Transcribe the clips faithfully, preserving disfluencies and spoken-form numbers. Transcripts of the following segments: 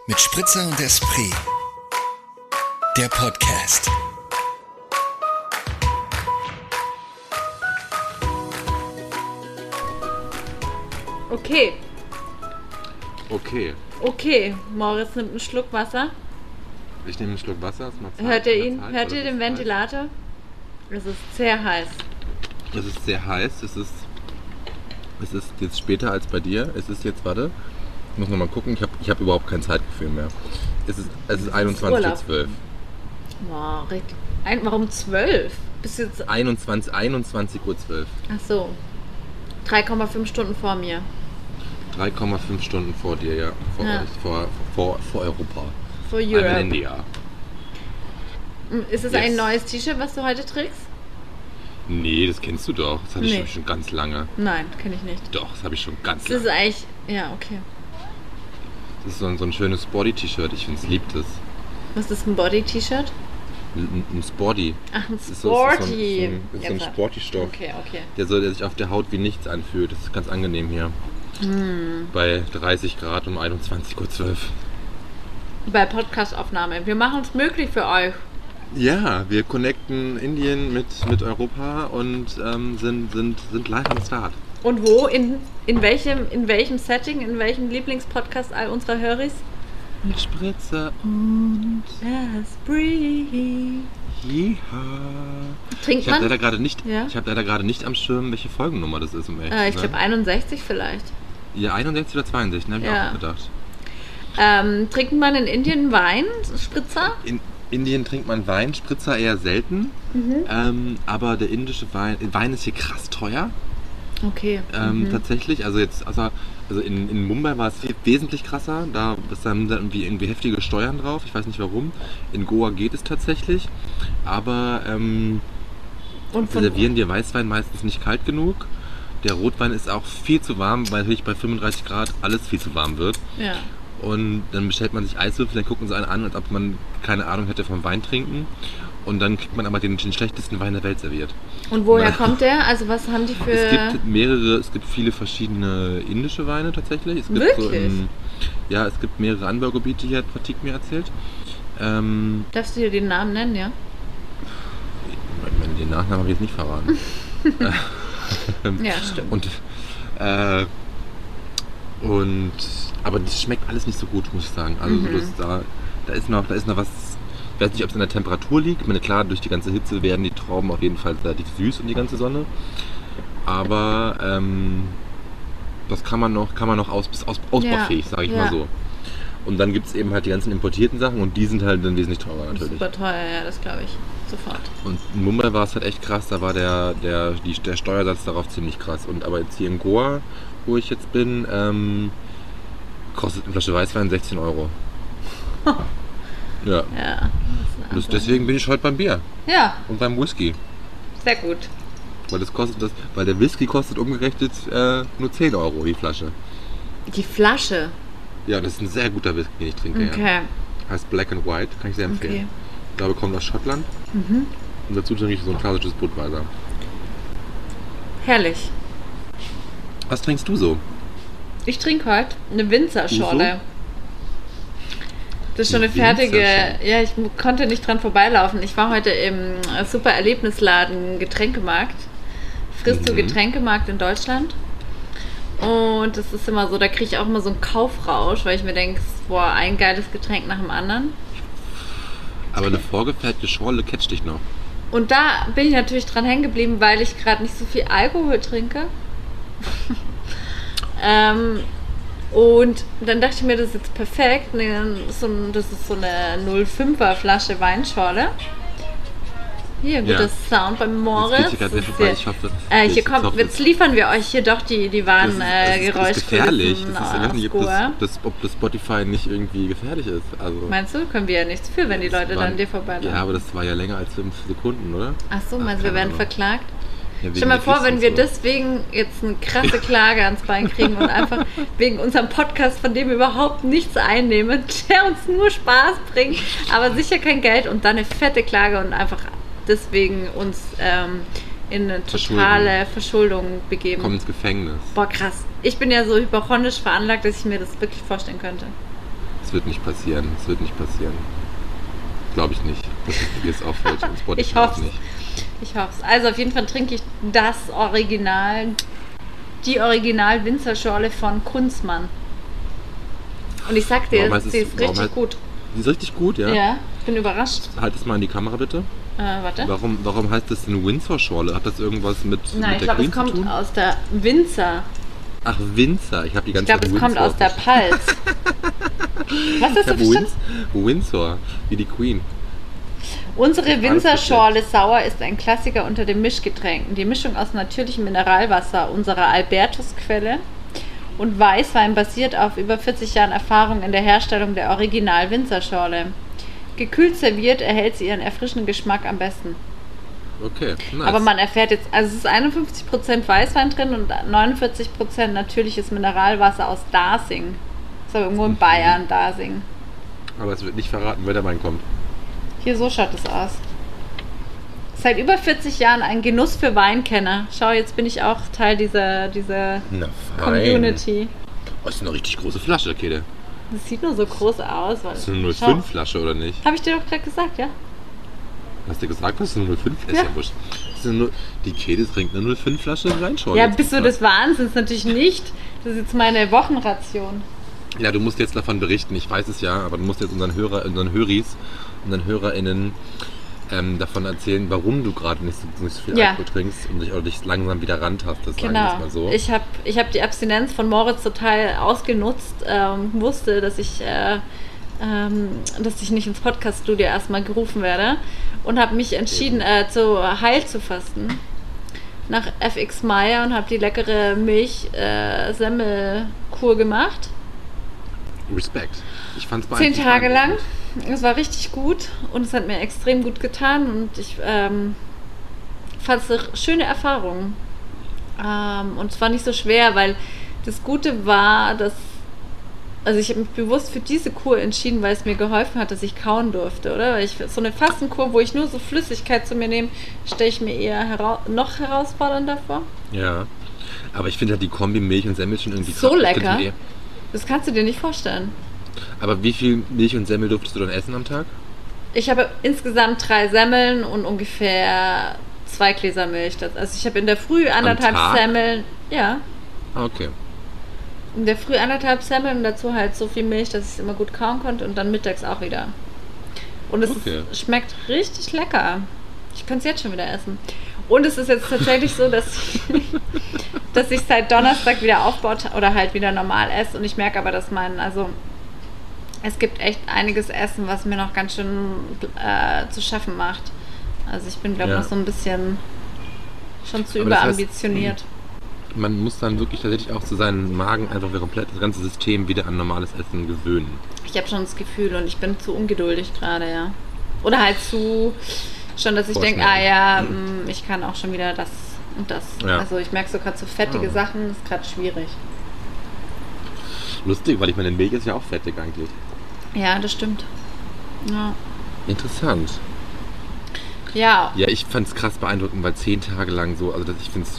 Mit Spritzer und Esprit. Der Podcast. Okay. Okay. Okay, Moritz nimmt einen Schluck Wasser. Ich nehme einen Schluck Wasser. Ist mal Zeit, Hört ihr mal ihn? Zeit, Hört weil ihr das den ist Ventilator? Es ist sehr heiß. heiß. Es ist sehr heiß. Es ist, es ist jetzt später als bei dir. Es ist jetzt, warte, ich muss nochmal gucken. Ich habe ich hab überhaupt kein Zeitgefühl mehr. Es ist, es ist einundzwanzig Uhr zwölf. Boah, richtig. Ein, warum zwölf? Bis jetzt. einundzwanzig, einundzwanzig Uhr zwölf. Ach so. drei Komma fünf Stunden vor mir. drei Komma fünf Stunden vor dir, ja. Vor, Ja. euch, vor, vor, vor Europa. For I'm in Europe. India. Ist es Yes. ein neues T-Shirt, was du heute trägst? Nee, das kennst du doch. Das hatte Nee. ich schon ganz lange. Nein, kenne ich nicht. Doch, das habe ich schon ganz Das ist lange. eigentlich. Ja, okay. Das ist so ein, so ein schönes Sporty-T-Shirt. Ich finde es liebt es. Was ist ein Body-T-Shirt? Ein, ein Sporty. Ach, ein Das ist so, das ist so ein, so Sporty. ein, das ist so ein Jetzt- Sporty-Stoff, Okay, okay. der, so, der sich auf der Haut wie nichts anfühlt. Das ist ganz angenehm hier. Hm. Bei dreißig Grad um einundzwanzig Uhr zwölf. Bei Podcast-Aufnahme. Wir machen es möglich für euch. Ja, wir connecten Indien mit, mit Europa und ähm, sind, sind, sind live am Start. Und wo? In, in, welchem, in welchem Setting? In welchem Lieblingspodcast all unserer Höris? Mit Spritzer und Esprit. Yeehaw. Trinkt Ich habe man? leider gerade nicht, Ja? ich habe leider gerade nicht am Schirm, welche Folgennummer das ist, um ehrlich Äh, ich zu sein. glaube einundsechzig vielleicht. Ja, einundsechzig oder zweiundsechzig, ne, habe ich Ja. auch gedacht. Ähm, trinkt man in Indien Wein? Spritzer? In Indien trinkt man Wein, Spritzer eher selten. Mhm. Ähm, aber der indische Wein, Wein ist hier krass teuer. Okay. Ähm, Mhm. Tatsächlich, also jetzt, also, also in, in Mumbai war es viel, wesentlich krasser. Da ist dann irgendwie, irgendwie heftige Steuern drauf. Ich weiß nicht warum. In Goa geht es tatsächlich. Aber ähm, Und wir von, servieren dir Weißwein meistens nicht kalt genug. Der Rotwein ist auch viel zu warm, weil natürlich bei fünfunddreißig Grad alles viel zu warm wird. ja. Und dann bestellt man sich Eiswürfel, dann gucken sie einen an, als ob man keine Ahnung hätte vom Wein trinken. Und dann kriegt man aber den, den schlechtesten Wein der Welt serviert. Und woher Na. kommt der? Also was haben die für... Es gibt mehrere, es gibt viele verschiedene indische Weine tatsächlich. Es gibt So Wirklich? im, ja, es gibt mehrere Anbaugebiete hier, hat Pratik mir erzählt. Ähm, Darfst du dir den Namen nennen, ja? den Nachnamen habe ich jetzt nicht verraten. Ja, stimmt. Und, äh, und, aber das schmeckt alles nicht so gut, muss ich sagen. Also Mhm. so, das, da, da ist noch, da ist noch was. Ich weiß nicht, ob es an der Temperatur liegt. Ich meine, klar, durch die ganze Hitze werden die Trauben auf jeden Fall relativ süß und die ganze Sonne. Aber ähm, das kann man noch, kann man noch aus, aus, ausbaufähig, Ja, sage ich ja. mal so. Und dann gibt es eben halt die ganzen importierten Sachen und die sind halt dann wesentlich teurer natürlich. Super teuer, ja, das glaube ich. Sofort. Und in Mumbai war es halt echt krass, da war der, der, die, der Steuersatz darauf ziemlich krass. Und aber jetzt hier in Goa, wo ich jetzt bin, ähm, kostet eine Flasche Weißwein sechzehn Euro. Ja. Ja. das ist eine Und das, Ansage. deswegen bin ich heute beim Bier Ja, und beim Whisky. sehr gut. Weil das kostet das, weil der Whisky kostet umgerechnet äh, nur zehn Euro die Flasche. Die Flasche. Ja, das ist ein sehr guter Whisky, den ich trinke. Ja. Okay. Heißt Black and White, kann ich sehr empfehlen. Okay. Ich glaube, kommt aus Schottland. Mhm. Und dazu trinke ich so ein klassisches Budweiser. Herrlich. Was trinkst du so? Ich trinke heute eine Winzerschorle. Das ist schon eine Eine fertige. Winzerschorle? Ja, ich mu- konnte nicht dran vorbeilaufen. Ich war heute im äh, super Erlebnisladen Getränkemarkt. Fristo Mhm. Getränkemarkt in Deutschland. Und das ist immer so, da kriege ich auch immer so einen Kaufrausch, weil ich mir denke, boah, ein geiles Getränk nach dem anderen. Aber eine vorgefertigte Schorle catcht dich noch. Und da bin ich natürlich dran hängen geblieben, weil ich gerade nicht so viel Alkohol trinke. ähm, und dann dachte ich mir, das ist jetzt perfekt. Nee, dann ist so ein, das ist so eine null Komma fünfer Flasche Weinschorle. Hier, guter Ja. Sound beim Moritz. Jetzt geht hier gerade Das wer ist vorbei. hier- Ich hoffe, äh, ich- hier ich kommt, hoffe, jetzt liefern wir euch hier doch die, die das wahren ist, äh, das ist, das ist gefährlich. Geräuschkulissen Das ist, ich weiß nicht, ob aus das, Goa. das, ob das Spotify nicht irgendwie gefährlich ist. Also, Meinst du, können wir ja nichts für, wenn die das Leute dann waren- an dir vorbeilaufen. Ja, aber das war ja länger als fünf Sekunden, oder? Ach so, Ach, meinst du, wir keine werden Ahnung. verklagt? Ja, wegen Stell mal der vor, Gifts wenn und wir so. deswegen jetzt eine krasse Klage ans Bein kriegen und einfach wegen unserem Podcast, von dem wir überhaupt nichts einnehmen, der uns nur Spaß bringt, aber sicher kein Geld und dann eine fette Klage und einfach deswegen uns ähm, in eine totale Verschuldung begeben. Kommen ins Gefängnis. Boah, krass. Ich bin ja so hypochondrisch veranlagt, dass ich mir das wirklich vorstellen könnte. Das wird nicht passieren. Das wird nicht passieren. Glaube ich nicht. Das ist auch falsch. Und Spotify Ich hoffe auch nicht. Ich hoffe es. Also auf jeden Fall trinke ich das Original, die Original-Winzerschorle von Kunzmann. Und ich sag dir, Warum heißt sie es- ist warum richtig heißt- gut. Die ist richtig gut, ja? Ja, ich bin überrascht. Halt es mal in die Kamera bitte. Äh, warte. Warum, warum heißt das denn Windsor-Schorle? Hat das irgendwas mit, Nein, mit ich der glaube, es Queen zu kommt tun? aus der Winzer. Ach, Windsor. Ich habe die Ich ganze glaube, es Zeit kommt Windsor aus der verstanden. Palz. Was hast Ich du hab verstanden? Wins Windsor, wie die Queen. Unsere Winzerschorle Sauer ist ein Klassiker unter den Mischgetränken. Die Mischung aus natürlichem Mineralwasser unserer Albertusquelle und Weißwein basiert auf über vierzig Jahren Erfahrung in der Herstellung der Original-Winzerschorle. Gekühlt serviert erhält sie ihren erfrischenden Geschmack am besten. Okay, nice. Aber man erfährt jetzt, also es ist einundfünfzig Prozent Weißwein drin und neunundvierzig Prozent natürliches Mineralwasser aus Dasing. Das ist aber irgendwo in Mhm. Bayern, Dasing. Aber es wird nicht verraten, wer da reinkommt. Hier, so schaut es aus. Seit über vierzig Jahren ein Genuss für Weinkenner. Schau, jetzt bin ich auch Teil dieser, dieser Na Community. Oh, ist eine richtig große Flasche, Kede. Das sieht nur so groß aus. Weil Das ist eine null fünf Flasche, oder nicht? Habe ich dir doch gerade gesagt, ja? Hast du gesagt, das ist eine null fünf? Ist Ja. ja wurscht. Das ist eine null- Die Kede trinkt eine null fünf Flasche reinschauen. Ja, bist du des Wahnsinns natürlich nicht. Das ist jetzt meine Wochenration. Ja, du musst jetzt davon berichten, ich weiß es ja, aber du musst jetzt unseren Hörer, unseren Höris, unseren HörerInnen ähm, davon erzählen, warum du gerade nicht so, nicht so viel Ja. Alkohol trinkst und dich, oder dich langsam wieder rantastest, sagen wir Genau. es mal so. Ich habe ich hab die Abstinenz von Moritz total ausgenutzt ähm, wusste, dass ich, äh, ähm, dass ich nicht ins Podcast-Studio erstmal gerufen werde und habe mich entschieden, äh, zu Heil zu fasten. Nach F X Meyer und habe die leckere Milch-Semmelkur gemacht. Respekt. Ich fand's Zehn beeindruckend. Tage lang. Es war richtig gut und es hat mir extrem gut getan und ich ähm, fand es eine schöne Erfahrung. Ähm, und es war nicht so schwer, weil das Gute war, dass, also ich habe mich bewusst für diese Kur entschieden, weil es mir geholfen hat, dass ich kauen durfte, oder? Weil ich, so eine Fastenkur, wo ich nur so Flüssigkeit zu mir nehme, stelle ich mir eher hera- noch herausfordernder vor. Ja. Aber ich finde halt die Kombi Milch und Semmel schon irgendwie So krass. Ich lecker. könnte mir- Das kannst du dir nicht vorstellen. Aber wie viel Milch und Semmel durftest du dann essen am Tag? Ich habe insgesamt drei Semmeln und ungefähr zwei Gläser Milch. Das- Also ich habe in der Früh anderthalb Tag? Semmeln, ja, Ah, okay. in der Früh anderthalb Semmeln und dazu halt so viel Milch, dass ich es immer gut kauen konnte und dann mittags auch wieder. Und es Okay. ist, schmeckt richtig lecker. Ich könnte es jetzt schon wieder essen. Und es ist jetzt tatsächlich so, dass ich, dass ich seit Donnerstag wieder aufbaut oder halt wieder normal esse und ich merke aber, dass mein, also es gibt echt einiges Essen, was mir noch ganz schön äh, zu schaffen macht. Also ich bin, glaube ich, Ja. noch so ein bisschen schon zu Aber das heißt, überambitioniert. Man muss dann wirklich tatsächlich auch zu seinem Magen einfach komplett das ganze System wieder an normales Essen gewöhnen. Ich habe schon das Gefühl und ich bin zu ungeduldig gerade, ja. Oder halt zu, schon, dass ich denke, ah Vorschnell. ja, mh, ich kann auch schon wieder das und das. Ja. Also ich merke so gerade so fettige Ja. Sachen, ist gerade schwierig. Lustig, weil ich meine, Milch ist ja auch fettig eigentlich. Ja, das stimmt. Ja. Interessant. Ja, Ja, ich fand es krass beeindruckend, weil zehn Tage lang so, also das, ich finde es...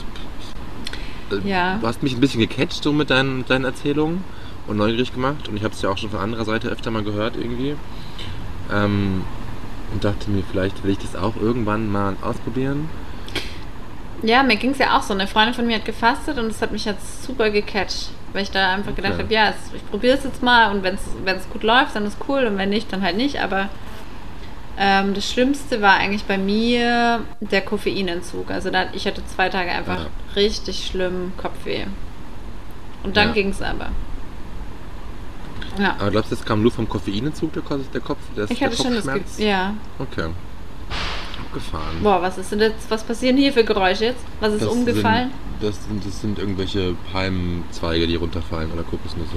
Ja. Du hast mich ein bisschen gecatcht so mit deinen, deinen Erzählungen und neugierig gemacht und ich habe es ja auch schon von anderer Seite öfter mal gehört irgendwie. Ähm, und dachte mir, vielleicht will ich das auch irgendwann mal ausprobieren. ja, mir ging es ja auch so. Eine Freundin von mir hat gefastet und das hat mich jetzt super gecatcht. Weil ich da einfach gedacht Okay. habe, ja, es- ich probiere es jetzt mal und wenn es gut läuft, dann ist cool und wenn nicht, dann halt nicht. Aber ähm, das Schlimmste war eigentlich bei mir der Koffeinentzug. Also da, ich hatte zwei Tage einfach Ja. richtig schlimm Kopfweh. Und dann Ja. ging es aber. Ja, Aber glaubst du, das kam nur vom Koffeinentzug, der, Ko- der Kopf, das, ich der hatte schon das Kopfschmerz? Gefühl, ja. Okay. Abgefahren. Boah, was ist denn jetzt, was passieren hier für Geräusche jetzt? Was ist Das umgefallen? Sind, das, sind, das sind irgendwelche Palmenzweige, die runterfallen oder Kokosnüsse.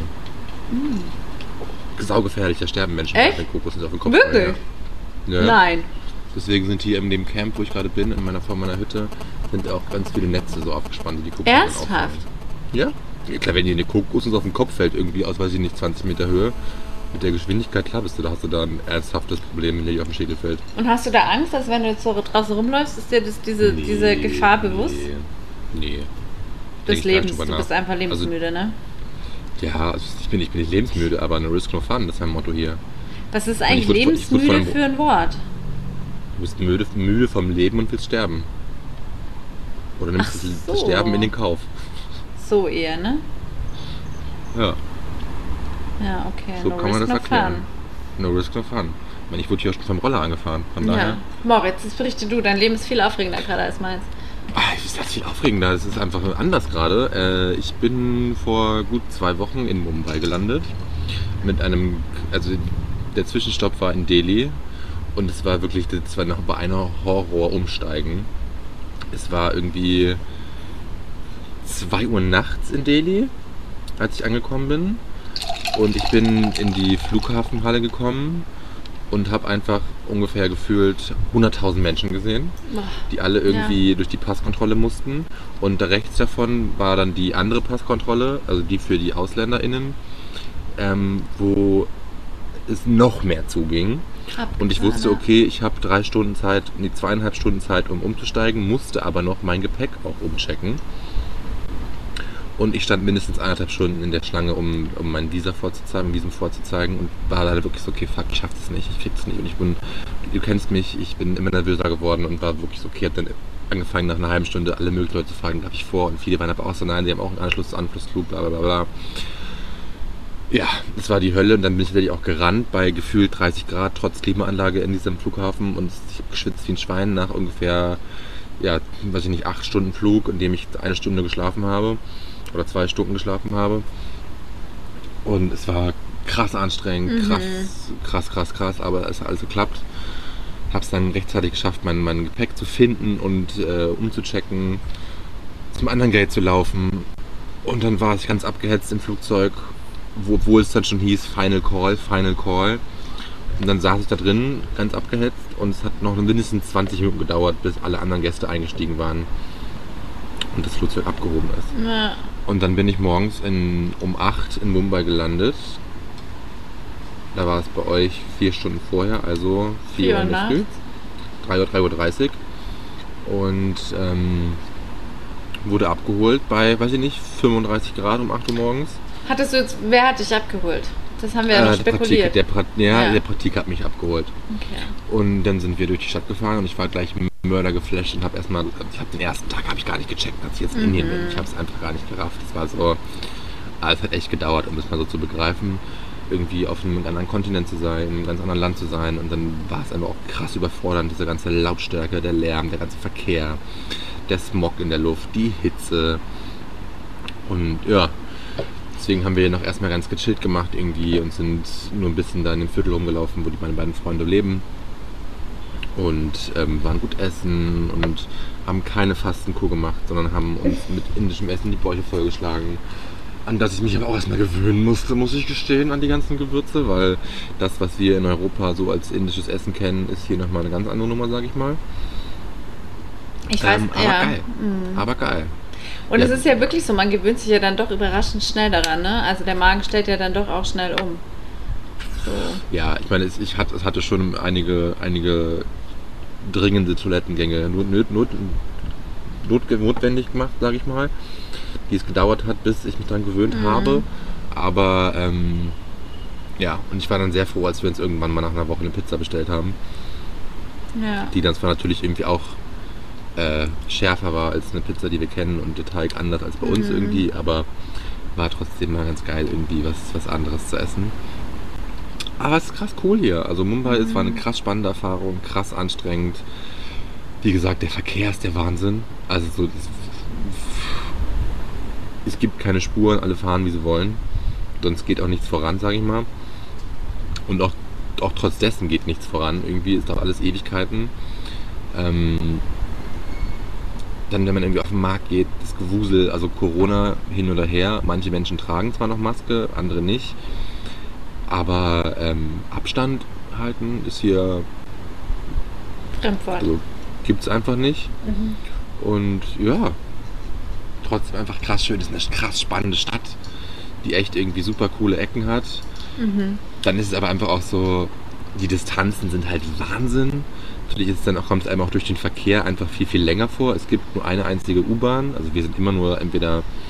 Saugefährlich, da sterben Menschen, Echt? wenn Kokosnüsse auf den Kopf Wirklich? fallen. Ja. Ja. Nein. Deswegen sind hier in dem Camp, wo ich gerade bin, in meiner, vor meiner Hütte, sind auch ganz viele Netze so aufgespannt, die die Kokosnüsse dann Ernsthaft? auffangen. Ja? Ja, klar, wenn dir eine Kokosnuss auf den Kopf fällt, irgendwie aus, weiß ich nicht, zwanzig Meter Höhe, mit der Geschwindigkeit, klar bist du, da hast du da ein ernsthaftes Problem, wenn dir die auf den Schädel fällt. Und hast du da Angst, dass wenn du jetzt so draußen rumläufst, ist dir das, diese, diese Gefahr bewusst? Nee. nee. Des Denk ich gar nicht Lebens, drüber du nach. bist einfach lebensmüde, ne? Ja, also ich bin, ich bin nicht lebensmüde, aber no risk no fun, das ist mein Motto hier. Was ist Und ich eigentlich wurde von- ich wurde von lebensmüde einem- für ein Wort? Du bist müde, müde vom Leben und willst sterben. Oder nimmst Ach das, so. das Sterben in den Kauf. So eher, ne? Ja, Ja, okay. so no kann man risk, das no erklären. fun. No risk no fun. Ich meine, ich wurde hier schon vom Roller angefahren, von Ja. daher. Moritz, jetzt berichte du, dein Leben ist viel aufregender gerade als meins. Ah, es ist das viel aufregender, es ist einfach anders gerade. Äh, ich bin vor gut zwei Wochen in Mumbai gelandet. Mit einem, also der Zwischenstopp war in Delhi. Und es war wirklich, das war noch bei einer Horror-Umsteigen. Es war irgendwie zwei Uhr nachts in Delhi, als ich angekommen bin. Und ich bin in die Flughafenhalle gekommen und habe einfach ungefähr gefühlt hunderttausend Menschen gesehen, Boah. die alle irgendwie Ja. durch die Passkontrolle mussten. Und da rechts davon war dann die andere Passkontrolle, also die für die AusländerInnen, ähm, wo es noch mehr zuging. Und ich wusste, okay, ich habe drei Stunden Zeit, nee, zweieinhalb Stunden Zeit, um umzusteigen, musste aber noch mein Gepäck auch umchecken. Und ich stand mindestens eineinhalb Stunden in der Schlange, um, um mein Visa vorzuzeigen, Visum vorzuzeigen und war leider wirklich so, okay, fuck, ich schaff das nicht, ich krieg das nicht. Und ich bin, du kennst mich, ich bin immer nervöser geworden und war wirklich so, okay, hab dann angefangen nach einer halben Stunde alle möglichen Leute zu fragen, darf ich vor? Und viele waren aber auch so, nein, sie haben auch einen Anschluss, Anschlussflug, bla bla bla. Ja, das war die Hölle und dann bin ich wirklich auch gerannt bei gefühlt dreißig Grad trotz Klimaanlage in diesem Flughafen und ich habe geschwitzt wie ein Schwein nach ungefähr, ja, weiß ich nicht, acht Stunden Flug, in dem ich eine Stunde geschlafen habe oder zwei Stunden geschlafen habe und es war krass anstrengend, Mhm. krass, krass, krass, krass, aber es hat alles geklappt. Habe es dann rechtzeitig geschafft, mein, mein Gepäck zu finden und äh, umzuchecken, zum anderen Gate zu laufen und dann war ich ganz abgehetzt im Flugzeug, wo- obwohl es dann schon hieß Final Call, Final Call. Und dann saß ich da drin, ganz abgehetzt und es hat noch mindestens zwanzig Minuten gedauert, bis alle anderen Gäste eingestiegen waren und das Flugzeug abgehoben ist. Ja. Und dann bin ich morgens in, um acht in Mumbai gelandet. Da war es bei euch vier Stunden vorher, also vier Vier Uhr Uhr in der Früh. nachts. drei Uhr, drei Uhr dreißig. Und ähm, wurde abgeholt bei, weiß ich nicht, fünfunddreißig Grad um acht Uhr morgens. Hattest du jetzt, wer hat dich abgeholt? Das haben wir ja noch Äh, der Pratik, spekuliert. der, Pra ja, Ja. der Pratik hat mich abgeholt. Okay. Und dann sind wir durch die Stadt gefahren und ich war gleich Mörder geflasht und habe erstmal, ich habe den ersten Tag habe ich gar nicht gecheckt, als ich jetzt in Indien bin. Ich habe es einfach gar nicht gerafft. Es war so, ah, es hat echt gedauert, um das mal so zu begreifen, irgendwie auf einem anderen Kontinent zu sein, in einem ganz anderen Land zu sein. Und dann war es einfach auch krass überfordernd, diese ganze Lautstärke, der Lärm, der ganze Verkehr, der Smog in der Luft, die Hitze. Und ja, deswegen haben wir noch erstmal ganz gechillt gemacht irgendwie und sind nur ein bisschen da in dem Viertel rumgelaufen, wo die meine beiden Freunde leben. Und ähm, waren gut essen und haben keine Fastenkur gemacht, sondern haben uns mit indischem Essen die Bäuche vollgeschlagen. An das ich mich aber auch erstmal gewöhnen musste, muss ich gestehen, an die ganzen Gewürze, weil das, was wir in Europa so als indisches Essen kennen, ist hier nochmal eine ganz andere Nummer, sag ich mal. Ich weiß, Ähm, aber ja. geil. Mhm. Aber geil. Und Ja. es ist ja wirklich so, man gewöhnt sich ja dann doch überraschend schnell daran, ne? Also der Magen stellt ja dann doch auch schnell um. So. Ja, ich meine, es, ich hatte, es hatte schon einige, einige dringende Toilettengänge not, not, not, not, notwendig gemacht, sage ich mal, die es gedauert hat, bis ich mich daran gewöhnt Mhm. habe. Aber ähm, ja, und ich war dann sehr froh, als wir uns irgendwann mal nach einer Woche eine Pizza bestellt haben, Ja. die dann zwar natürlich irgendwie auch äh, schärfer war als eine Pizza, die wir kennen und der Teig anders als bei uns Mhm. irgendwie, aber war trotzdem mal ganz geil, irgendwie was, was anderes zu essen. Aber es ist krass cool hier. Also Mumbai ist, war eine krass spannende Erfahrung, krass anstrengend. Wie gesagt, der Verkehr ist der Wahnsinn. Also so, es, es gibt keine Spuren, alle fahren, wie sie wollen. Sonst geht auch nichts voran, sage ich mal. Und auch, auch trotz dessen geht nichts voran. Irgendwie ist doch alles Ewigkeiten. Ähm, dann, wenn man irgendwie auf den Markt geht, das Gewusel, also Corona hin oder her. Manche Menschen tragen zwar noch Maske, andere nicht. Aber ähm, Abstand halten ist hier, Fremdwort. also gibt es einfach nicht. Mhm. Und ja, trotzdem einfach krass schön. Das ist eine krass spannende Stadt, die echt irgendwie super coole Ecken hat. Mhm. Dann ist es aber einfach auch so, die Distanzen sind halt Wahnsinn. Natürlich ist es dann auch, kommt es einem auch durch den Verkehr einfach viel, viel länger vor. Es gibt nur eine einzige U-Bahn. Also wir sind immer nur entweder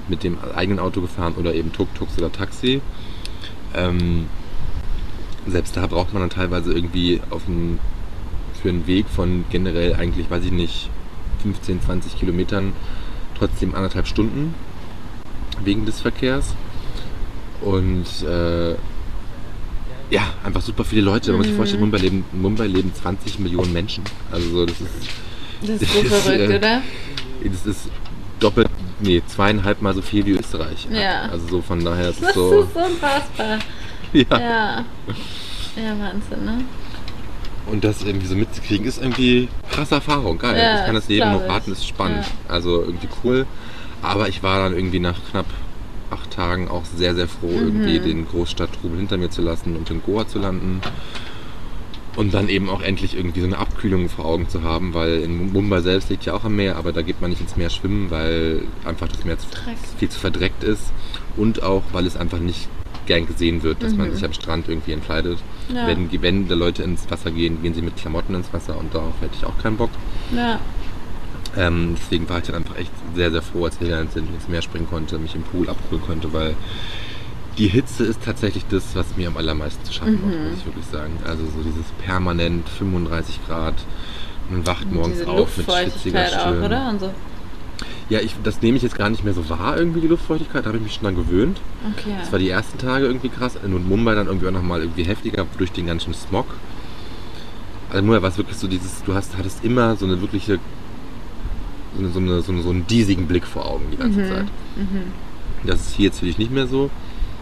mit dem eigenen Auto gefahren oder eben Tuk-Tuks oder Taxi. Ähm, selbst da braucht man dann teilweise irgendwie auf einen, für einen Weg von generell eigentlich, weiß ich nicht, fünfzehn, zwanzig Kilometern trotzdem anderthalb Stunden wegen des Verkehrs. Und äh, ja, einfach super viele Leute. Man muss sich vorstellen, in Mumbai leben, in Mumbai leben zwanzig Millionen Menschen. Also das ist... Das ist so verrückt, äh, oder? Das ist doppelt, nee, zweieinhalb Mal so viel wie Österreich. Ja. Also so von daher ist es Das so... ist so unfassbar. Ja. Ja. Ja, Wahnsinn, ne? Und das irgendwie so mitzukriegen, ist irgendwie krasse Erfahrung. Geil. Ja, ich kann das das Leben glaub noch ich. raten, ist spannend. Ja. Also irgendwie cool. Aber ich war dann irgendwie nach knapp acht Tagen auch sehr, sehr froh, Mhm. irgendwie den Großstadttrubel hinter mir zu lassen und in Goa zu landen. Und dann eben auch endlich irgendwie so eine Abkühlung vor Augen zu haben, weil in Mumbai selbst liegt ja auch am Meer, aber da geht man nicht ins Meer schwimmen, weil einfach das Meer zu, Dreck. viel zu verdreckt ist. Und auch, weil es einfach nicht gern gesehen wird, dass man Mhm. sich am Strand irgendwie entkleidet. Ja. Wenn, wenn da Leute ins Wasser gehen, gehen sie mit Klamotten ins Wasser und darauf hätte ich auch keinen Bock. Ja. Ähm, deswegen war ich dann einfach echt sehr, sehr froh, als ich dann ins Meer springen konnte, mich im Pool abholen konnte, weil die Hitze ist tatsächlich das, was mir am allermeisten zu schaffen macht, Mhm. muss ich wirklich sagen. Also so dieses permanent fünfunddreißig Grad, man wacht Und morgens diese auf mit schwitziger Luftfeuchtigkeit auch, Stirn. oder? Und so. Ja, ich, das nehme ich jetzt gar nicht mehr so wahr, irgendwie die Luftfeuchtigkeit, da habe ich mich schon dran gewöhnt. Okay. Das war die ersten Tage irgendwie krass. Und Mumbai dann irgendwie auch nochmal irgendwie heftiger durch den ganzen Smog. Also Mumbai war es wirklich so dieses, du hast, hattest immer so eine wirkliche, so, eine, so, eine, so, eine, so einen diesigen Blick vor Augen die ganze Mhm. Zeit. Mhm. Das ist hier jetzt natürlich nicht mehr so.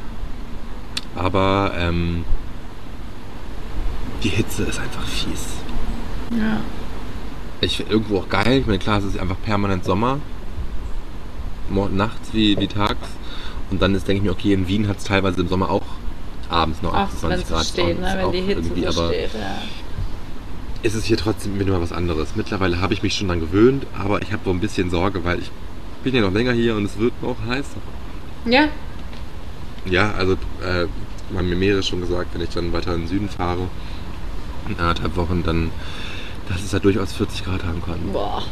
Aber ähm, die Hitze ist einfach fies. Ja. Ich finde irgendwo auch geil. Ich meine, klar, es ist einfach permanent Sommer. Mor- Nachts wie, wie tags. Und dann ist, denke ich mir, okay, in Wien hat es teilweise im Sommer auch abends noch Auch wenn achtundzwanzig es so Grad. steht, ne? Ist Wenn auch die Hitze irgendwie, so aber steht, ja. ist es hier trotzdem wieder mal was anderes. Mittlerweile habe ich mich schon dran gewöhnt, aber ich habe so ein bisschen Sorge, weil ich bin ja noch länger hier und es wird noch heißer. Ja? Ja, also äh, haben mir mehrere schon gesagt, wenn ich dann weiter in den Süden fahre, in anderthalb Wochen, dann, dass es da durchaus vierzig Grad haben kann. Boah.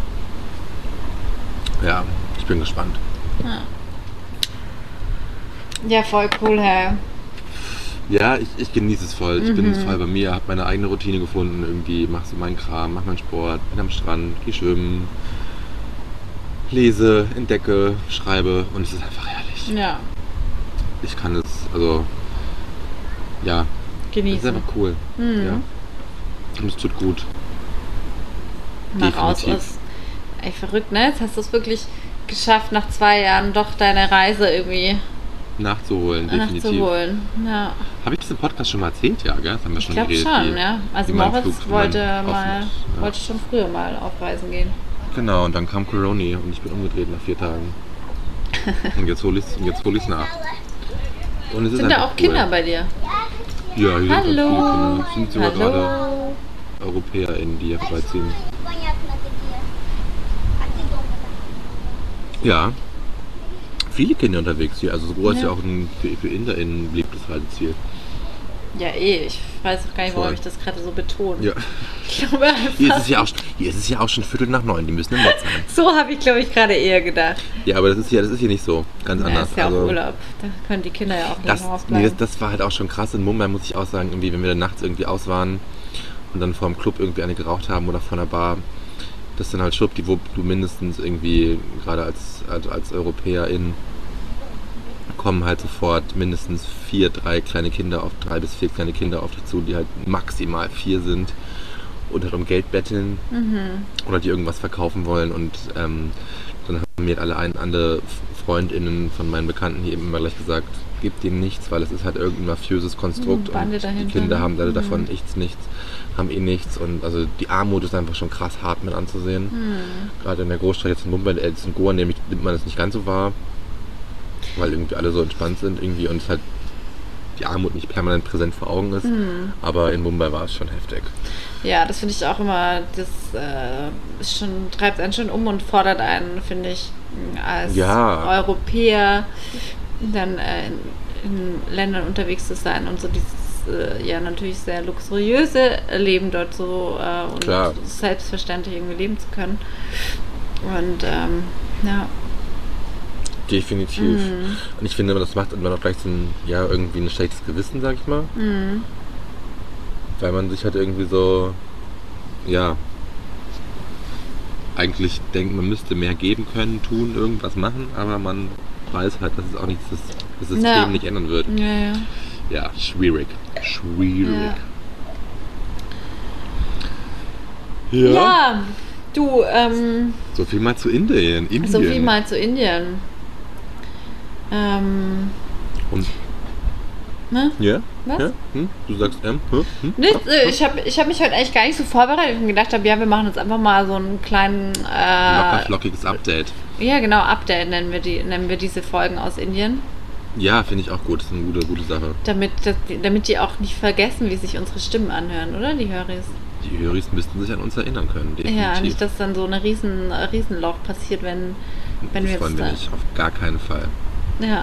Ja, ich bin gespannt. Ja. Ja, voll cool, hey. Ja, ich, ich genieße es voll. Ich bin Mhm. jetzt voll bei mir, habe meine eigene Routine gefunden. Irgendwie mach so meinen Kram, mach meinen Sport, bin am Strand, geh schwimmen, lese, entdecke, schreibe und es ist einfach herrlich. Ja, Ich kann es, also, ja, es ist genießen. einfach cool. Mhm. Ja. Und es tut gut. Mal raus definitiv. aus. Ey, verrückt, ne? Jetzt hast du es wirklich geschafft, nach zwei Jahren doch deine Reise irgendwie Nachzuholen, definitiv. nachzuholen. Ja, Habe ich das im Podcast schon mal erzählt? Ja, gell? Das haben wir ich schon glaube geredet, schon, wie- ja. Also wie mein Moritz Flug wollte dann mal, offen ist. Ja. wollte schon früher mal auf Reisen gehen. Genau, und dann kam Corona und ich bin umgedreht nach vier Tagen. Und jetzt hole ich es hol nach. Und es ist Sind da einfach auch cool. Kinder bei dir? Ja, hier sind ganz viele Hallo. Kinder. Es sind sogar gerade Hallo. EuropäerInnen, die hier vorbeiziehen. Ja, viele Kinder unterwegs hier. Also Goa ist Ja. ja auch ein, für, für InderInnen ein beliebtes Reiseziel. Ja, eh. Ich weiß auch gar nicht, warum Voll. ich das gerade so betone. Ja. Ich glaube Hier ist, einfach, es ja auch, hier ist es ja auch schon Viertel nach neun, die müssen im Bett sein. so habe ich, glaube ich, gerade eher gedacht. Ja, aber das ist hier, das ist hier nicht so. Ganz Ja, anders. ist ja auch Also, Urlaub. Da können die Kinder ja auch Das, länger nee, ausbleiben. das, das war halt auch schon krass. In Mumbai muss ich auch sagen, irgendwie, wenn wir dann nachts irgendwie aus waren und dann vor dem Club irgendwie eine geraucht haben oder vor einer Bar, dass dann halt schwuppdiwupp du mindestens irgendwie, gerade als, als, als Europäerin, kommen halt sofort mindestens vier, drei kleine Kinder auf, drei bis vier kleine Kinder auf dich zu, die halt maximal vier sind und halt um Geld betteln Mhm. oder die irgendwas verkaufen wollen und ähm, dann haben mir alle ein, andere FreundInnen von meinen Bekannten hier eben immer gleich gesagt, gebt denen nichts, weil es ist halt irgendein mafiöses Konstrukt Mhm, Bande und die dahinter, Kinder ne? haben alle Mhm. davon nichts, nichts, haben eh nichts und also die Armut ist einfach schon krass hart mit anzusehen. Mhm. Gerade in der Großstadt jetzt in Mumbai, äh, jetzt in Goa nämlich nimmt man das nicht ganz so wahr, weil irgendwie alle so entspannt sind irgendwie und es halt die Armut nicht permanent präsent vor Augen ist, Mhm. aber in Mumbai war es schon heftig. Ja, das finde ich auch immer, das äh, ist schon, treibt einen schon um und fordert einen, finde ich, als Ja. Europäer dann äh, in, in Ländern unterwegs zu sein und so dieses äh, ja natürlich sehr luxuriöse Leben dort so äh, und Klar. selbstverständlich irgendwie leben zu können. Und ähm, ja, Definitiv. Mhm. Und ich finde, das macht immer noch gleich so ein, ja, irgendwie ein schlechtes Gewissen, sag ich mal. Mhm. Weil man sich halt irgendwie so, ja, eigentlich denkt, man müsste mehr geben können, tun, irgendwas machen, aber man weiß halt, dass es auch nichts, das, das System Ja. nicht ändern wird. Ja, ja. Ja, schwierig. Schwierig. Ja. Ja. Ja, du, ähm, So viel mal zu Indien. Indien. so viel mal zu Indien. Ähm, Und, ne? ja? Was? Ja? Hm? Du sagst M? Hm? Hm? Nichts, äh, ich habe ich hab mich heute eigentlich gar nicht so vorbereitet und gedacht habe, ja, wir machen jetzt einfach mal so einen kleinen, Locker äh, flockiges Update. ja genau, Update nennen wir, die, nennen wir diese Folgen aus Indien, Ja, finde ich auch gut. Das ist eine gute, gute Sache. damit, das, damit die auch nicht vergessen, wie sich unsere Stimmen anhören, oder, die Höris? Die Höris müssten sich an uns erinnern können, definitiv. Ja, nicht, dass dann so eine riesen Riesenloch passiert, wenn, wenn das wir wollen jetzt wir da, nicht, auf gar keinen Fall. ja,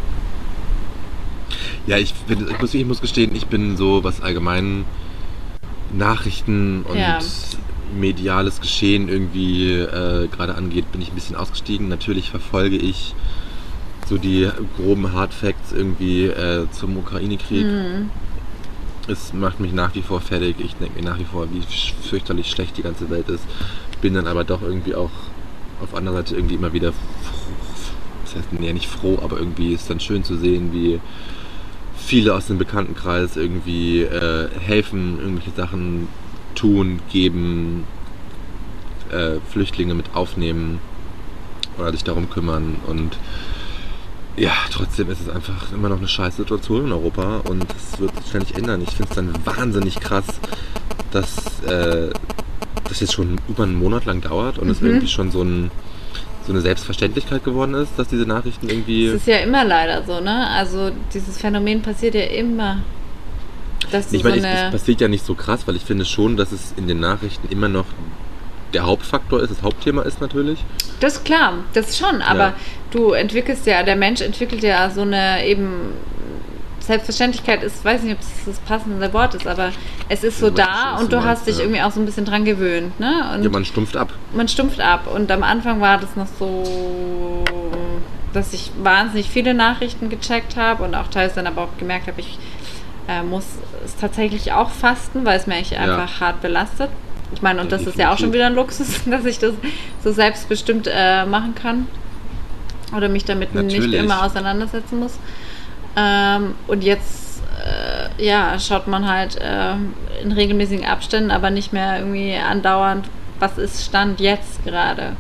Ja, ich, bin, ich, muss, ich muss gestehen, ich bin so, was allgemein Nachrichten und Ja. mediales Geschehen irgendwie äh, gerade angeht, bin ich ein bisschen ausgestiegen. Natürlich verfolge ich so die groben Hardfacts irgendwie äh, zum Ukraine-Krieg. Mhm. Es macht mich nach wie vor fertig. Ich denke mir nach wie vor, wie sch- fürchterlich schlecht die ganze Welt ist. Bin dann aber doch irgendwie auch auf anderer Seite irgendwie immer wieder froh, das heißt, nee, nicht froh, aber irgendwie ist dann schön zu sehen, wie viele aus dem Bekanntenkreis irgendwie äh, helfen, irgendwelche Sachen tun, geben, äh, Flüchtlinge mit aufnehmen oder sich darum kümmern. Und ja, trotzdem ist es einfach immer noch eine scheiß Situation in Europa und es wird sich ständig ändern. Ich finde es dann wahnsinnig krass, dass äh, das jetzt schon über einen Monat lang dauert und es Mhm. irgendwie schon so, ein, so eine Selbstverständlichkeit geworden ist, dass diese Nachrichten irgendwie... Das ist ja immer leider so, ne? Also dieses Phänomen passiert ja immer. Dass du Ich so meine, es, eine... es passiert ja nicht so krass, weil ich finde schon, dass es in den Nachrichten immer noch der Hauptfaktor ist, das Hauptthema ist natürlich. Das ist klar, das schon, aber Ja. du entwickelst ja, der Mensch entwickelt ja so eine eben Selbstverständlichkeit ist, weiß nicht, ob das das passende Wort ist, aber es ist so Ja, da was und du du hast meinst, dich ja. irgendwie auch so ein bisschen dran gewöhnt, ne? Und Ja, man stumpft ab. man stumpft ab und am Anfang war das noch so, dass ich wahnsinnig viele Nachrichten gecheckt habe und auch teils dann aber auch gemerkt habe, ich äh, muss es tatsächlich auch fasten, weil es mir eigentlich Ja. einfach hart belastet. Ich meine, und Ja, das ist ja auch schon definitiv. wieder ein Luxus, dass ich das so selbstbestimmt äh, machen kann oder mich damit nicht Natürlich. immer auseinandersetzen muss. Ähm, und jetzt äh, ja, schaut man halt äh, in regelmäßigen Abständen, aber nicht mehr irgendwie andauernd, was ist Stand jetzt gerade.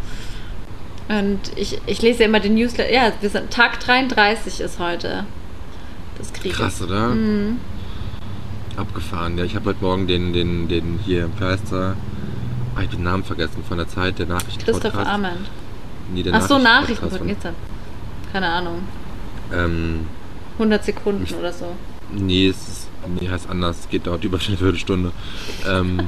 Und ich, ich lese ja immer den Newsletter, ja, wir sind Tag dreiunddreißig ist heute des Krieges. Krass, oder? Mhm. Abgefahren. Ja, ich habe heute Morgen den, den, den hier, wie heißt er? Ah, ich hab den Namen vergessen von der Zeit, der Nachrichten-Podcast. Christoph Arment. Nee, der Ach so, Nachrichten-Podcast Nachrichten von jetzt. Keine Ahnung. von- Ähm, hundert Sekunden oder so. nee, es ist, nee, heißt anders. Es geht dauert über eine Viertelstunde. Ähm,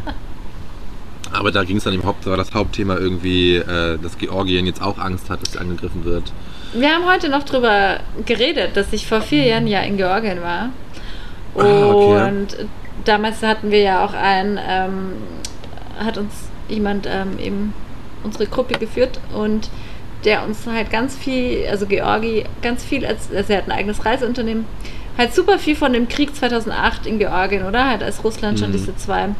aber da ging es dann im Haupt, war das Hauptthema irgendwie, äh, dass Georgien jetzt auch Angst hat, dass sie angegriffen wird. Wir haben heute noch drüber geredet, dass ich vor vier Jahren ja in Georgien war. Und Ah, okay. damals hatten wir ja auch ein, ähm, hat uns jemand ähm, eben unsere Gruppe geführt und der uns halt ganz viel, also Georgi, ganz viel, als, also er hat ein eigenes Reiseunternehmen, halt super viel von dem Krieg zweitausendacht in Georgien, oder? Halt als Russland schon Mhm. diese zwei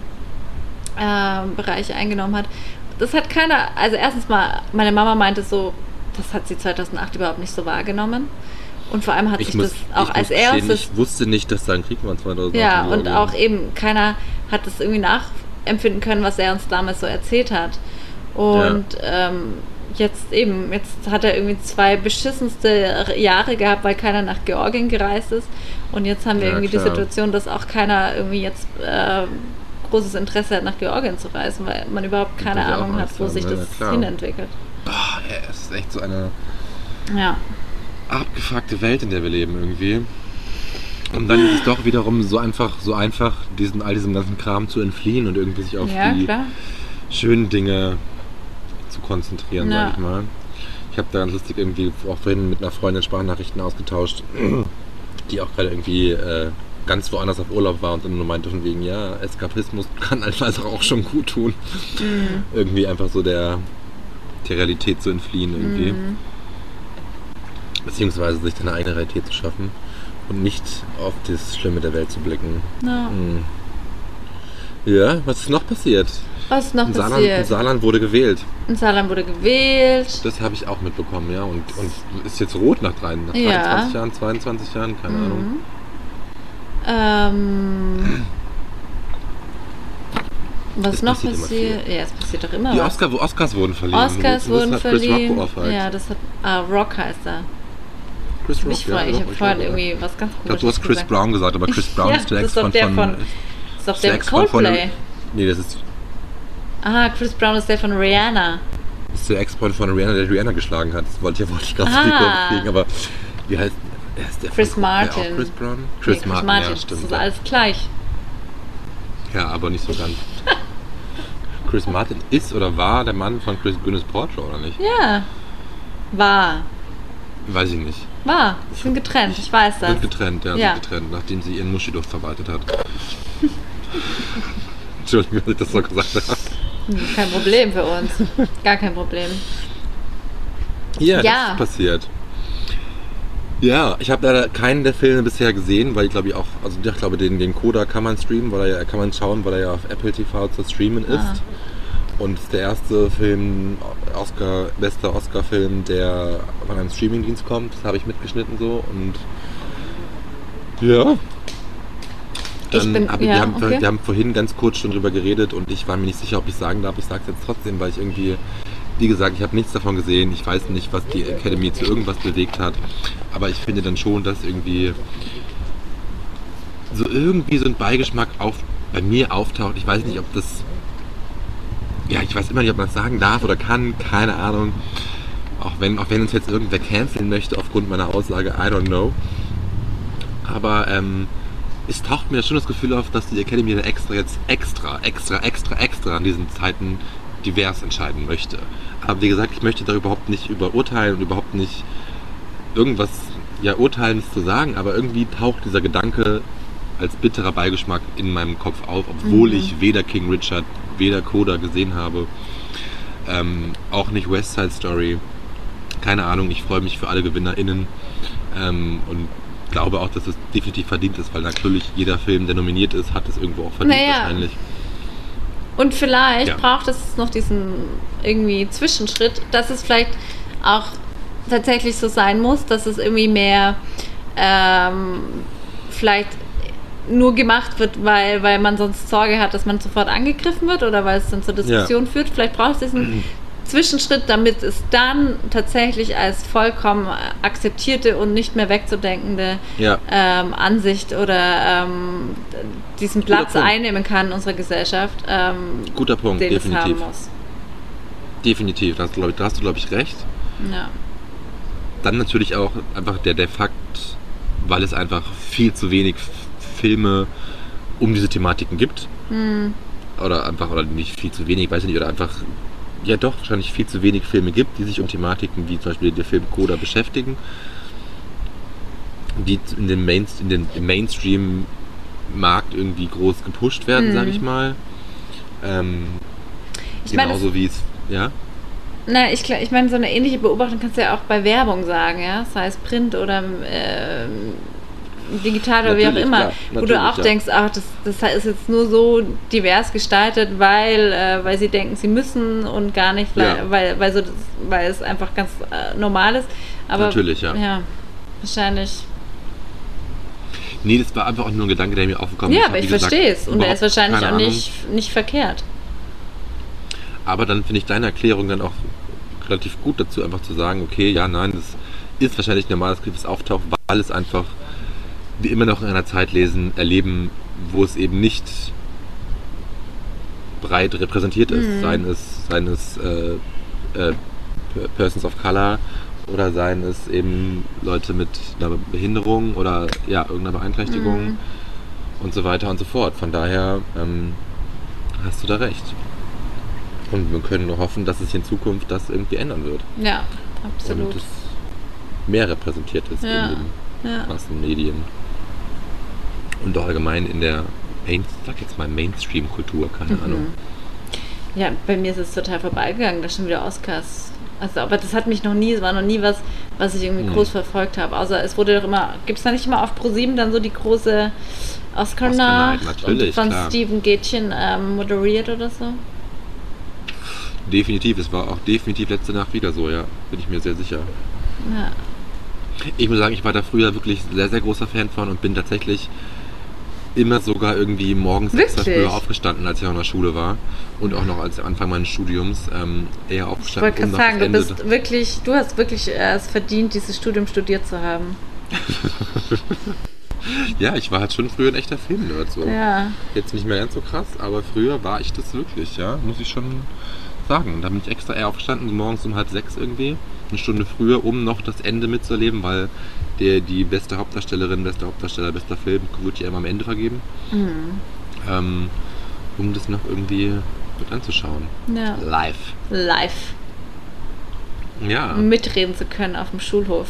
ähm, Bereiche eingenommen hat. Das hat keiner, also erstens mal, meine Mama meinte so, das hat sie zweitausendacht überhaupt nicht so wahrgenommen. Und vor allem hat Ich sich muss, das auch ich als muss erstes... gestehen, ich wusste nicht, dass da ein Krieg war zweitausendacht. Ja, in und Georgien. auch eben keiner hat das irgendwie nachempfinden können, was er uns damals so erzählt hat. Und ähm, jetzt eben, jetzt hat er irgendwie zwei beschissenste Jahre gehabt, weil keiner nach Georgien gereist ist. Und jetzt haben wir Ja, irgendwie klar. die Situation, dass auch keiner irgendwie jetzt äh, großes Interesse hat, nach Georgien zu reisen, weil man überhaupt keine Muss ja auch Ahnung hat, Angst wo haben, sich ja, das klar. hinentwickelt. Boah, ey, es ist echt so eine Ja. abgefuckte Welt, in der wir leben irgendwie. Und dann ist es doch wiederum so einfach, so einfach, diesen, all diesem ganzen Kram zu entfliehen und irgendwie sich auf Ja, die klar. schönen Dinge zu konzentrieren, Ja. sag ich mal. Ich habe da ganz lustig irgendwie auch vorhin mit einer Freundin Sprachnachrichten ausgetauscht, die auch gerade irgendwie äh, ganz woanders auf Urlaub war und dann nur meinte von wegen, ja, Eskapismus kann einfach auch schon gut tun. Mhm. Irgendwie einfach so der, der Realität zu entfliehen irgendwie. Mhm. Beziehungsweise sich deine eigene Realität zu schaffen und nicht auf das Schlimme der Welt zu blicken. Ja. Hm. Ja, was ist noch passiert? Was ist noch In Saarland, passiert? in Saarland wurde gewählt. In Saarland wurde gewählt. Das habe ich auch mitbekommen, ja. Und, und ist jetzt rot nach, drei, nach Ja. dreiundzwanzig Jahren, zweiundzwanzig Jahren, keine Mhm. Ahnung. Ähm, was Es noch passiert immer passiert? Ja, es passiert doch immer Die was. Oscar, Oscars wurden verliehen. Oscars Das wurden hat Chris Rock verliehen. beohrfeigt. Ja, das hat. Ah, Rock heißt er. Chris Rock, Ich, ja, freu, ich doch, habe ich vorhin glaube, ja. irgendwie was ganz Ich komisches glaube, du hast Chris gesagt. Brown gesagt, aber Chris Brown Ja, ist der das ist doch Ex-Freund der von... von- ist doch ist der der Ex-Freund von- Coldplay. Nee, das ist, Ah, Chris Brown ist der von Rihanna. ist der Ex-Freund von Rihanna, der Rihanna geschlagen hat. Das wollte ich ja wollte ich gerade Ah. die Kurve kriegen, aber wie heißt... Er ist der Chris von Coldplay Martin. Auch Chris Brown? Nee, Chris, Martin, ja, das stimmt. ist alles gleich. Ja, aber nicht so ganz. Chris Martin ist oder war der Mann von Chris Gwyneth Paltrow, oder nicht? Ja. War. Weiß ich nicht. War. Sie sind getrennt, ich weiß das. Sind getrennt, ja, Ja. sind getrennt, nachdem sie ihren Muschiduft verwaltet hat. Entschuldigung, dass ich das so gesagt habe. Hm, Kein Problem für uns. Gar kein Problem. Ja, Ja. das ist passiert. Ja, ich habe leider keinen der Filme bisher gesehen, weil ich glaube ich auch, also ich glaube den, den Coda kann man streamen, weil er ja, kann man schauen, weil er ja auf Apple T V zu streamen ist. Ah. Und es ist der erste Film, Oscar, bester Oscar-Film, der von einem Streamingdienst kommt. Das habe ich mitgeschnitten so und ja. Ich Dann bin- hab ich, ja, wir, haben, okay. wir haben vorhin ganz kurz schon drüber geredet und ich war mir nicht sicher, ob ich sagen darf. Ich sage es jetzt trotzdem, weil ich irgendwie, wie gesagt, ich habe nichts davon gesehen. Ich weiß nicht, was die Academy zu irgendwas bewegt hat. Aber ich finde dann schon, dass irgendwie so irgendwie so ein Beigeschmack auf, bei mir auftaucht. Ich weiß nicht, ob das... Ja, ich weiß immer nicht, ob man das sagen darf oder kann. Keine Ahnung. Auch wenn, auch wenn uns jetzt irgendwer canceln möchte aufgrund meiner Aussage, I don't know. Aber ähm, es taucht mir schon das Gefühl auf, dass die Academy dann extra jetzt extra, extra, extra, extra an diesen Zeiten divers entscheiden möchte. Aber wie gesagt, ich möchte da überhaupt nicht überurteilen und überhaupt nicht irgendwas, ja, urteilen ist zu sagen, aber irgendwie taucht dieser Gedanke als bitterer Beigeschmack in meinem Kopf auf, obwohl Mhm. ich weder King Richard, weder Coda gesehen habe, ähm, auch nicht West Side Story. Keine Ahnung, ich freue mich für alle GewinnerInnen ähm, und glaube auch, dass es definitiv verdient ist, weil natürlich jeder Film, der nominiert ist, hat es irgendwo auch verdient Naja. wahrscheinlich. Und vielleicht Ja. braucht es noch diesen irgendwie Zwischenschritt, dass es vielleicht auch tatsächlich so sein muss, dass es irgendwie mehr ähm, vielleicht nur gemacht wird, weil, weil man sonst Sorge hat, dass man sofort angegriffen wird oder weil es dann zur Diskussion führt. Vielleicht braucht es diesen Zwischenschritt, damit es dann tatsächlich als vollkommen akzeptierte und nicht mehr wegzudenkende Ja. ähm, Ansicht oder ähm, diesen Guter Platz Punkt. einnehmen kann in unserer Gesellschaft, ähm, Guter Punkt, den es haben definitiv. muss. Definitiv, da hast du, glaube ich, da hast du, glaube ich, recht. Ja. Dann natürlich auch einfach der, der Fakt, weil es einfach viel zu wenig F- Filme um diese Thematiken gibt. Hm. Oder einfach, oder nicht viel zu wenig, weiß ich nicht, oder einfach, ja doch, wahrscheinlich viel zu wenig Filme gibt, die sich um Thematiken wie zum Beispiel der Film Coda beschäftigen, die in den, Main, in den im Mainstream-Markt irgendwie groß gepusht werden, Mhm. sag ich mal. Ähm, Ich meine, genauso wie es, ja. Na, ich, gl- ich meine, so eine ähnliche Beobachtung kannst du ja auch bei Werbung sagen, ja, sei es Print oder ähm, digital oder wie auch Natürlich, immer, klar, wo du natürlich, auch ja. denkst, ach, das, das ist jetzt nur so divers gestaltet, weil, äh, weil sie denken, sie müssen und gar nicht, weil, Ja. weil, weil, so das, weil es einfach ganz äh, normal ist. Aber, Natürlich, ja. Ja, wahrscheinlich. Nee, das war einfach auch nur ein Gedanke, der mir aufgekommen ist. Ja, hab, aber wie ich gesagt, verstehe es und er ist überhaupt wahrscheinlich keine auch Ahnung. nicht, nicht verkehrt. Aber dann finde ich deine Erklärung dann auch relativ gut dazu, einfach zu sagen, okay, ja, nein, das ist wahrscheinlich normal, dass es auftaucht, weil es einfach wir immer noch in einer Zeit lesen, erleben, wo es eben nicht breit repräsentiert ist, Mhm. seien es, seien es äh, äh, Persons of Color oder seien es eben Leute mit einer Behinderung oder ja, irgendeiner Beeinträchtigung Mhm. und so weiter und so fort. Von daher ähm, hast du da recht. Und wir können nur hoffen, dass sich in Zukunft das irgendwie ändern wird. Ja, absolut. Und es mehr repräsentiert ist Ja, in den ja. Massenmedien. Und auch allgemein in der, Main, sag jetzt mal Mainstream-Kultur, keine Mhm. Ahnung. Ja, bei mir ist es total vorbeigegangen, dass schon wieder Oscars Also, aber das hat mich noch nie, es war noch nie was, was ich irgendwie Hm. groß verfolgt habe. Außer es wurde doch immer, gibt es da nicht immer auf ProSieben dann so die große Oscar-Night, Oscar-Nacht natürlich, und von klar. Steven Gätchen ähm, moderiert oder so? Definitiv, es war auch definitiv letzte Nacht wieder so, ja. Bin ich mir sehr sicher. Ja. Ich muss sagen, ich war da früher wirklich sehr, sehr großer Fan von und bin tatsächlich immer sogar irgendwie morgens extra Wirklich? früher aufgestanden, als ich noch in der Schule war. Und auch noch als Anfang meines Studiums ähm, eher Ich aufgestanden. wollte gerade noch sagen, du das Ende- bist wirklich, du hast wirklich äh, es verdient, dieses Studium studiert zu haben. Ja, ich war halt schon früher ein echter Filmnerd. So. Ja. Jetzt nicht mehr ganz so krass, aber früher war ich das wirklich, ja, muss ich schon sagen. Da bin ich extra eher aufgestanden, morgens um halb sechs irgendwie, eine Stunde früher, um noch das Ende mitzuerleben, weil der, die beste Hauptdarstellerin, bester Hauptdarsteller, bester Film wird ja immer am Ende vergeben, Mhm. ähm, um das noch irgendwie mit anzuschauen. Ja. Live. Live Ja, mitreden zu können auf dem Schulhof.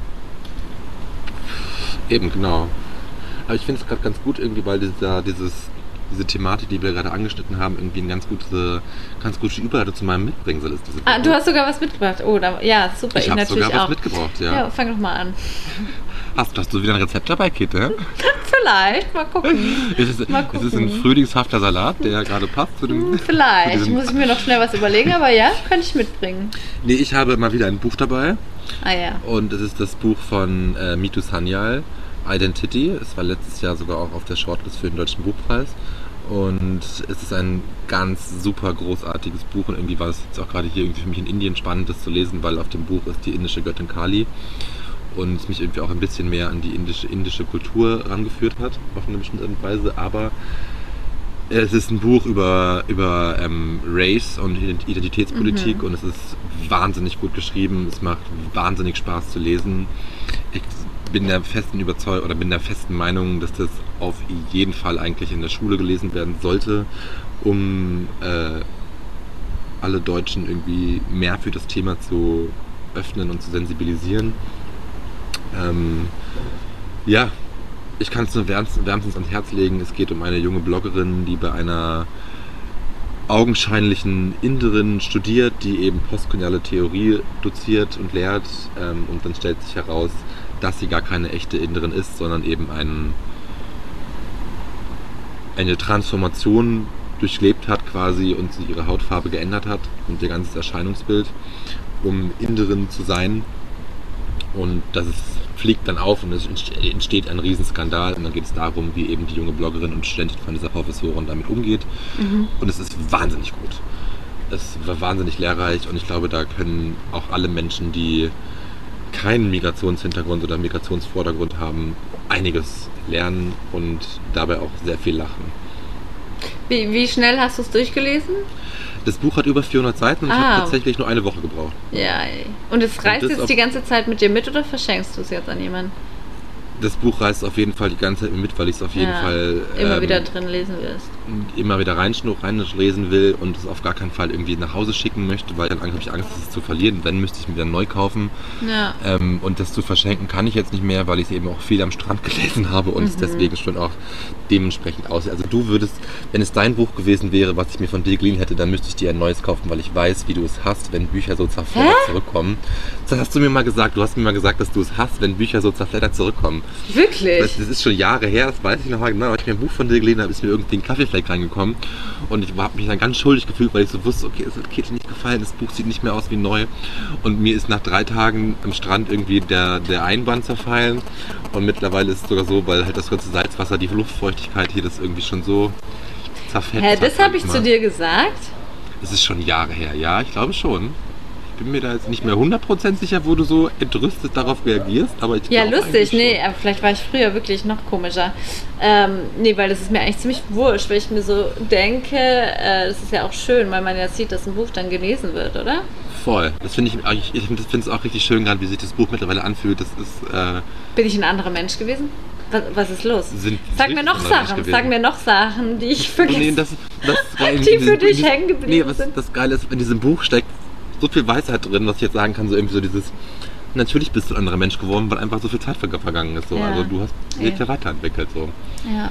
eben, genau. Aber ich finde es gerade ganz gut irgendwie, weil dieser, dieses, diese Thematik, die wir gerade angeschnitten haben, irgendwie eine ganz gute, ganz gute Überleitung zu meinem Mitbringsel ist. Diese Ah, Woche. du hast sogar was mitgebracht. Oh, da, ja, super. ich Ich, habe natürlich sogar was auch. mitgebracht, ja. Ja, fang doch mal an. Hast, hast du wieder ein Rezept dabei, Käthe? Vielleicht, mal gucken. Es ist, Mal es ist ein gucken. frühlingshafter Salat, der gerade passt zu dem. Hm, Vielleicht. zu diesem- Muss ich mir noch schnell was überlegen, aber ja, kann ich mitbringen. Nee, ich habe mal wieder ein Buch dabei. Ah ja. Und es ist das Buch von äh, Mitu Sanyal, Identity. Es war letztes Jahr sogar auch auf der Shortlist für den Deutschen Buchpreis. Und es ist ein ganz super großartiges Buch. Und irgendwie war es jetzt auch gerade hier irgendwie für mich in Indien spannend, das zu lesen, weil auf dem Buch ist die indische Göttin Kali. Und es mich irgendwie auch ein bisschen mehr an die indische, indische Kultur rangeführt hat, auf eine bestimmte Art und Weise. Aber es ist ein Buch über, über ähm, Race und Ident- Identitätspolitik Mhm. und es ist wahnsinnig gut geschrieben. Es macht wahnsinnig Spaß zu lesen. Ich bin der festen Überzeugung oder bin der festen Meinung, dass das auf jeden Fall eigentlich in der Schule gelesen werden sollte, um äh, alle Deutschen irgendwie mehr für das Thema zu öffnen und zu sensibilisieren. Ähm, ja, ich kann es nur wärmstens, wärmstens ans Herz legen. Es geht um eine junge Bloggerin, die bei einer augenscheinlichen Inderin studiert, die eben postkoloniale Theorie doziert und lehrt. Ähm, und dann stellt sich heraus, dass sie gar keine echte Inderin ist, sondern eben ein, eine Transformation durchlebt hat quasi und sie ihre Hautfarbe geändert hat und ihr ganzes Erscheinungsbild, um Inderin zu sein. Und das ist, fliegt dann auf und es entsteht ein Riesenskandal und dann geht es darum, wie eben die junge Bloggerin und Studentin von dieser Professorin damit umgeht. Mhm. Und es ist wahnsinnig gut. Es war wahnsinnig lehrreich und ich glaube, da können auch alle Menschen, die keinen Migrationshintergrund oder Migrationsvordergrund haben, einiges lernen und dabei auch sehr viel lachen. Wie, wie schnell hast du es durchgelesen? Das Buch hat über vierhundert Seiten und ich Ah. habe tatsächlich nur eine Woche gebraucht. Ja. ey. Und es reist das jetzt auf- die ganze Zeit mit dir mit oder verschenkst du es jetzt an jemanden? Das Buch reißt auf jeden Fall die ganze Zeit mit, weil ich es auf jeden Ja, Fall Immer ähm, wieder drin lesen wirst. immer wieder reinschnuch, reinlesen will und es auf gar keinen Fall irgendwie nach Hause schicken möchte, weil dann habe ich Angst, es zu verlieren. Wenn müsste ich es mir wieder neu kaufen. Ja. Ähm, und das zu verschenken kann ich jetzt nicht mehr, weil ich es eben auch viel am Strand gelesen habe und es deswegen schon auch dementsprechend aussieht. Also du würdest, wenn es dein Buch gewesen wäre, was ich mir von dir geliehen hätte, dann müsste ich dir ein neues kaufen, weil ich weiß, wie du es hast, wenn Bücher so zerfleddert zurückkommen. Das hast du mir mal gesagt. Du hast mir mal gesagt, dass du es hast, wenn Bücher so zerfleddert zurückkommen. Wirklich? Das, das ist schon Jahre her, das weiß ich noch mal genau. Als ich mir ein Buch von dir gelesen habe, ist mir irgendwie ein Kaffeefleck reingekommen. Und ich habe mich dann ganz schuldig gefühlt, weil ich so wusste, okay, es hat Käthe nicht gefallen, das Buch sieht nicht mehr aus wie neu. Und mir ist nach drei Tagen am Strand irgendwie der, der Einband zerfallen. Und mittlerweile ist es sogar so, weil halt das ganze Salzwasser, die Luftfeuchtigkeit hier, das irgendwie schon so zerfetzt Hä, hat, das sag habe ich mal. zu dir gesagt? Das ist schon Jahre her, ja, ich glaube schon. Ich bin mir da jetzt nicht mehr hundert Prozent sicher, wo du so entrüstet darauf reagierst, aber ich Ja, glaube lustig. eigentlich Nee, schon. aber vielleicht war ich früher wirklich noch komischer. Ähm, nee, weil das ist mir eigentlich ziemlich wurscht, weil ich mir so denke, äh, das ist ja auch schön, weil man ja sieht, dass ein Buch dann gelesen wird, oder? Voll. Das finde ich eigentlich, ich finde es auch richtig schön, gerade wie sich das Buch mittlerweile anfühlt. Das ist, äh, Bin ich ein anderer Mensch gewesen? Was, was ist los? sind Sag mir richtig noch andere Sachen, Menschen sag gewesen. mir noch Sachen, die ich Oh, vergesse. nee, das, das, weil in Die diesem- für dich in diesem- hängen geblieben Nee, was sind. das Geile ist, in diesem Buch steckt so viel Weisheit drin, was ich jetzt sagen kann, so irgendwie so dieses, natürlich bist du ein anderer Mensch geworden, weil einfach so viel Zeit ver- vergangen ist. So. Ja. Also du hast Ja. dich ja weiterentwickelt. So. Ja.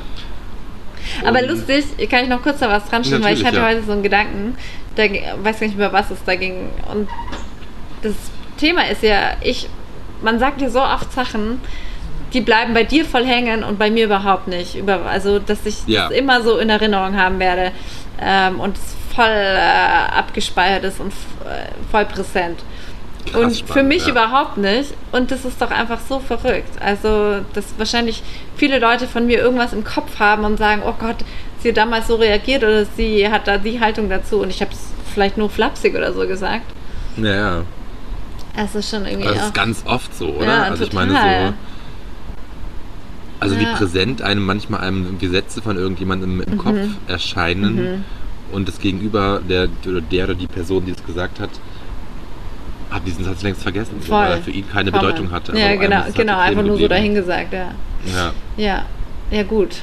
Aber Und- lustig, kann ich noch kurz da was dran schieben, weil ich Natürlich, hatte ja. heute so einen Gedanken, da ging- weiß gar nicht mehr, was es da ging. Und das Thema ist ja, ich, man sagt ja so oft Sachen, die bleiben bei dir voll hängen und bei mir überhaupt nicht. Über, also, dass ich Ja. das immer so in Erinnerung haben werde ähm, und es voll äh, abgespeichert ist und f- äh, voll präsent. Krass Und spannend, für mich ja. überhaupt nicht. Und das ist doch einfach so verrückt. Also, dass wahrscheinlich viele Leute von mir irgendwas im Kopf haben und sagen, oh Gott, sie hat damals so reagiert oder sie hat da die Haltung dazu und ich habe es vielleicht nur flapsig oder so gesagt. Ja, ja. Es ist schon irgendwie Aber das auch... ist ganz oft so, oder? Ja, also ich total. meine so... Also Ja. wie präsent einem manchmal einem irgendwie Sätze von irgendjemandem im Mhm. Kopf erscheinen Mhm. und das Gegenüber, der, der der oder die Person, die es gesagt hat, hat diesen Satz längst vergessen, so, Voll. weil er für ihn keine Voll. Bedeutung hatte. Ja, aber einem genau, ist es genau, halt einfach nur so geblieben. dahingesagt, ja. Ja. Ja, ja gut.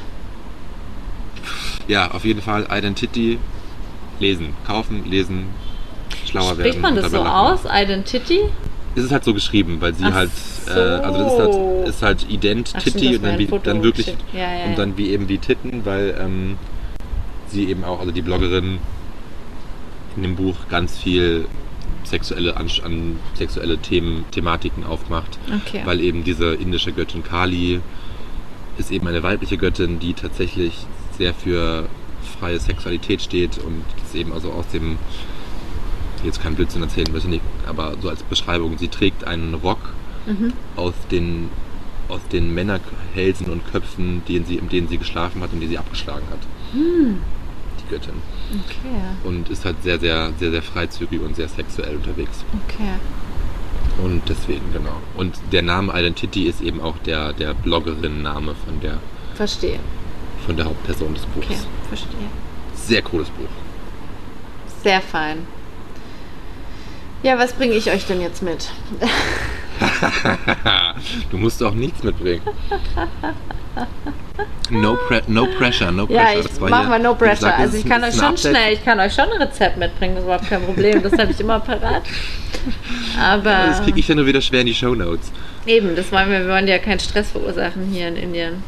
ja, auf jeden Fall Identity lesen, kaufen, lesen, schlauer werden. Spricht man und das so dabei lachen. aus? Identity? Es ist halt so geschrieben, weil sie Ach halt, so. äh, also das ist halt, ist halt Ident, Ach, stimmt, Titty das und war dann, ein wie, Foto dann wirklich geschickt. Ja, ja, und ja. dann wie eben die Titten, weil ähm, sie eben auch, also die Bloggerin in dem Buch ganz viel sexuelle an, an sexuelle Themen, Thematiken aufmacht, Okay. weil eben diese indische Göttin Kali ist eben eine weibliche Göttin, die tatsächlich sehr für freie Sexualität steht und das eben also aus dem, jetzt kein Blödsinn erzählen, weiß ich nicht, aber so als Beschreibung, sie trägt einen Rock Mhm. aus den aus den Männerhälsen und Köpfen, denen sie, in denen sie geschlafen hat und die sie abgeschlagen hat. Hm. Die Göttin. Okay, Und ist halt sehr, sehr, sehr, sehr freizügig und sehr sexuell unterwegs. okay. Und deswegen, genau. Und der Name Identity ist eben auch der, der Bloggerin-Name von der, Verstehe. von der Hauptperson des Buchs. Okay, verstehe. Sehr cooles Buch. Sehr fein. Ja, was bringe ich euch denn jetzt mit? Du musst auch nichts mitbringen. No, pre no pressure, no Ja, pressure. ich Das war mach hier- mal no wie gesagt, pressure. das Also ist ich kann ein- euch ist ein schon Update. schnell, ich kann euch schon ein Rezept mitbringen, das ist überhaupt kein Problem. Das habe ich immer parat. Aber Das kriege ich ja nur wieder schwer in die Shownotes. eben, das wollen wir, wir wollen ja keinen Stress verursachen hier in Indien.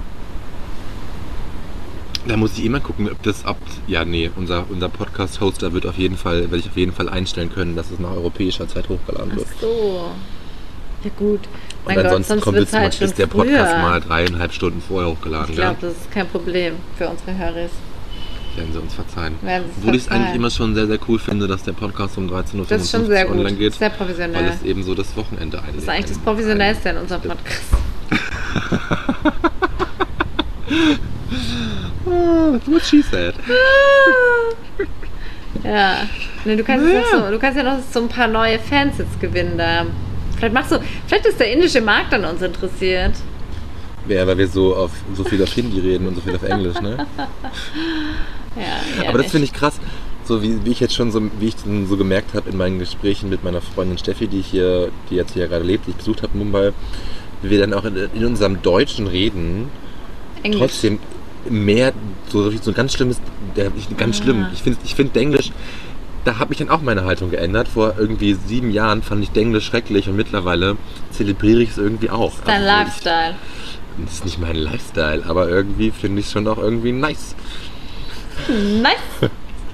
Da muss ich immer gucken, ob das ab. Ja, nee, unser, unser Podcast-Hoster wird auf jeden Fall, werde ich auf jeden Fall einstellen können, dass es nach europäischer Zeit hochgeladen Ach wird. so. Ja gut. Und Mein Gott, ansonsten sonst kommt wird es jetzt halt mal, schon ist der Podcast früher. mal dreieinhalb Stunden vorher hochgeladen. Ich Ja? glaube, das ist kein Problem für unsere Hörer. Werden sie uns verzeihen. Werden sie Obwohl ich es verzeihen. eigentlich immer schon sehr, sehr cool finde, dass der Podcast um dreizehn Uhr Das ist schon sehr fünfundfünfzig online gut. geht. Sehr Weil professionell. es eben so das Wochenende einlädt. Das ist eigentlich das Professionellste in unserem Podcast. Oh, that's what she said. Ja. Nee, du kannst, jetzt noch so, du kannst ja noch so ein paar neue Fans jetzt gewinnen da. Vielleicht machst du, vielleicht ist der indische Markt an uns interessiert. Ja, weil wir so auf so viel auf Hindi reden und so viel auf Englisch, ne? Ja, ja Aber das nicht. finde ich krass, so wie, wie ich jetzt schon so, wie ich so gemerkt habe in meinen Gesprächen mit meiner Freundin Steffi, die ich hier, die jetzt hier gerade lebt, die ich besucht habe in Mumbai, wie wir dann auch in, in unserem Deutschen Reden Englisch. trotzdem mehr so, so ein ganz schlimmes, der, ich, ganz Ah. schlimm. Ich finde, ich finde Englisch, da hat mich dann auch meine Haltung geändert. Vor irgendwie sieben Jahren fand ich Englisch schrecklich und mittlerweile zelebriere ich es irgendwie auch. Dein Also, Lifestyle. Ich, das ist nicht mein Lifestyle, aber irgendwie finde ich es schon auch irgendwie nice. Nice.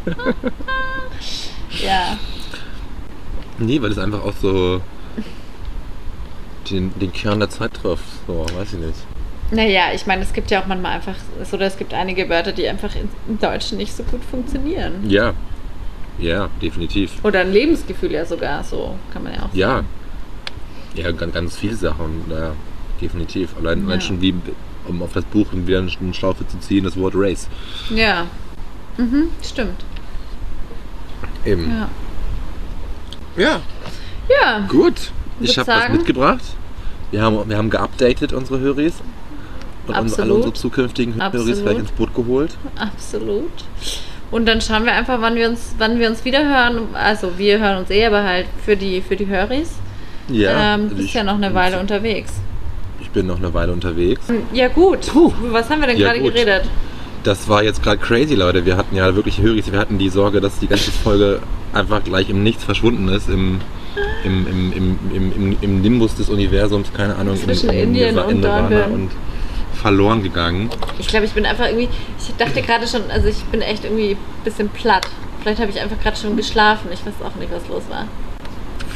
Ja. Nee, weil es einfach auch so den, den Kern der Zeit trifft. So, weiß ich nicht. Naja, ich meine, es gibt ja auch manchmal einfach, oder es gibt einige Wörter, die einfach im Deutschen nicht so gut funktionieren. Ja. Ja, definitiv. Oder ein Lebensgefühl ja sogar, so kann man ja auch Ja. sagen. Ja, ganz, ganz viele Sachen. Ja, definitiv. Allein, Ja. allein schon wie, um auf das Buch wieder eine Schlaufe zu ziehen, das Wort Race. Ja. Mhm, stimmt. Eben. Ja. Ja, Ja. gut. Ich Ich würd habe was sagen- mitgebracht. Wir haben, wir haben geupdatet unsere Höris. Und unsere, alle Absolut. unsere zukünftigen Höris Absolut. vielleicht ins Boot geholt. Absolut. Und dann schauen wir einfach, wann wir uns, wann wir uns wieder hören. Also wir hören uns eh, aber halt für die, für die Höris. Ja, ähm, also bist ich- ja noch eine Weile unterwegs. Ich bin noch eine Weile unterwegs. Ja gut. Was haben wir denn Ja, gerade gut. geredet? Das war jetzt gerade crazy, Leute. Wir hatten ja wirklich Höris. Wir hatten die Sorge, dass die ganze Folge einfach gleich im Nichts verschwunden ist. Im, im, im, im, im, im, im Nimbus des Universums, keine Ahnung. Zwischen im, im Indien Nirva- und Nirvana Dornbirn. und verloren gegangen. Ich glaube, ich bin einfach irgendwie, ich dachte gerade schon, also ich bin echt irgendwie ein bisschen platt. Vielleicht habe ich einfach gerade schon geschlafen. Ich weiß auch nicht, was los war.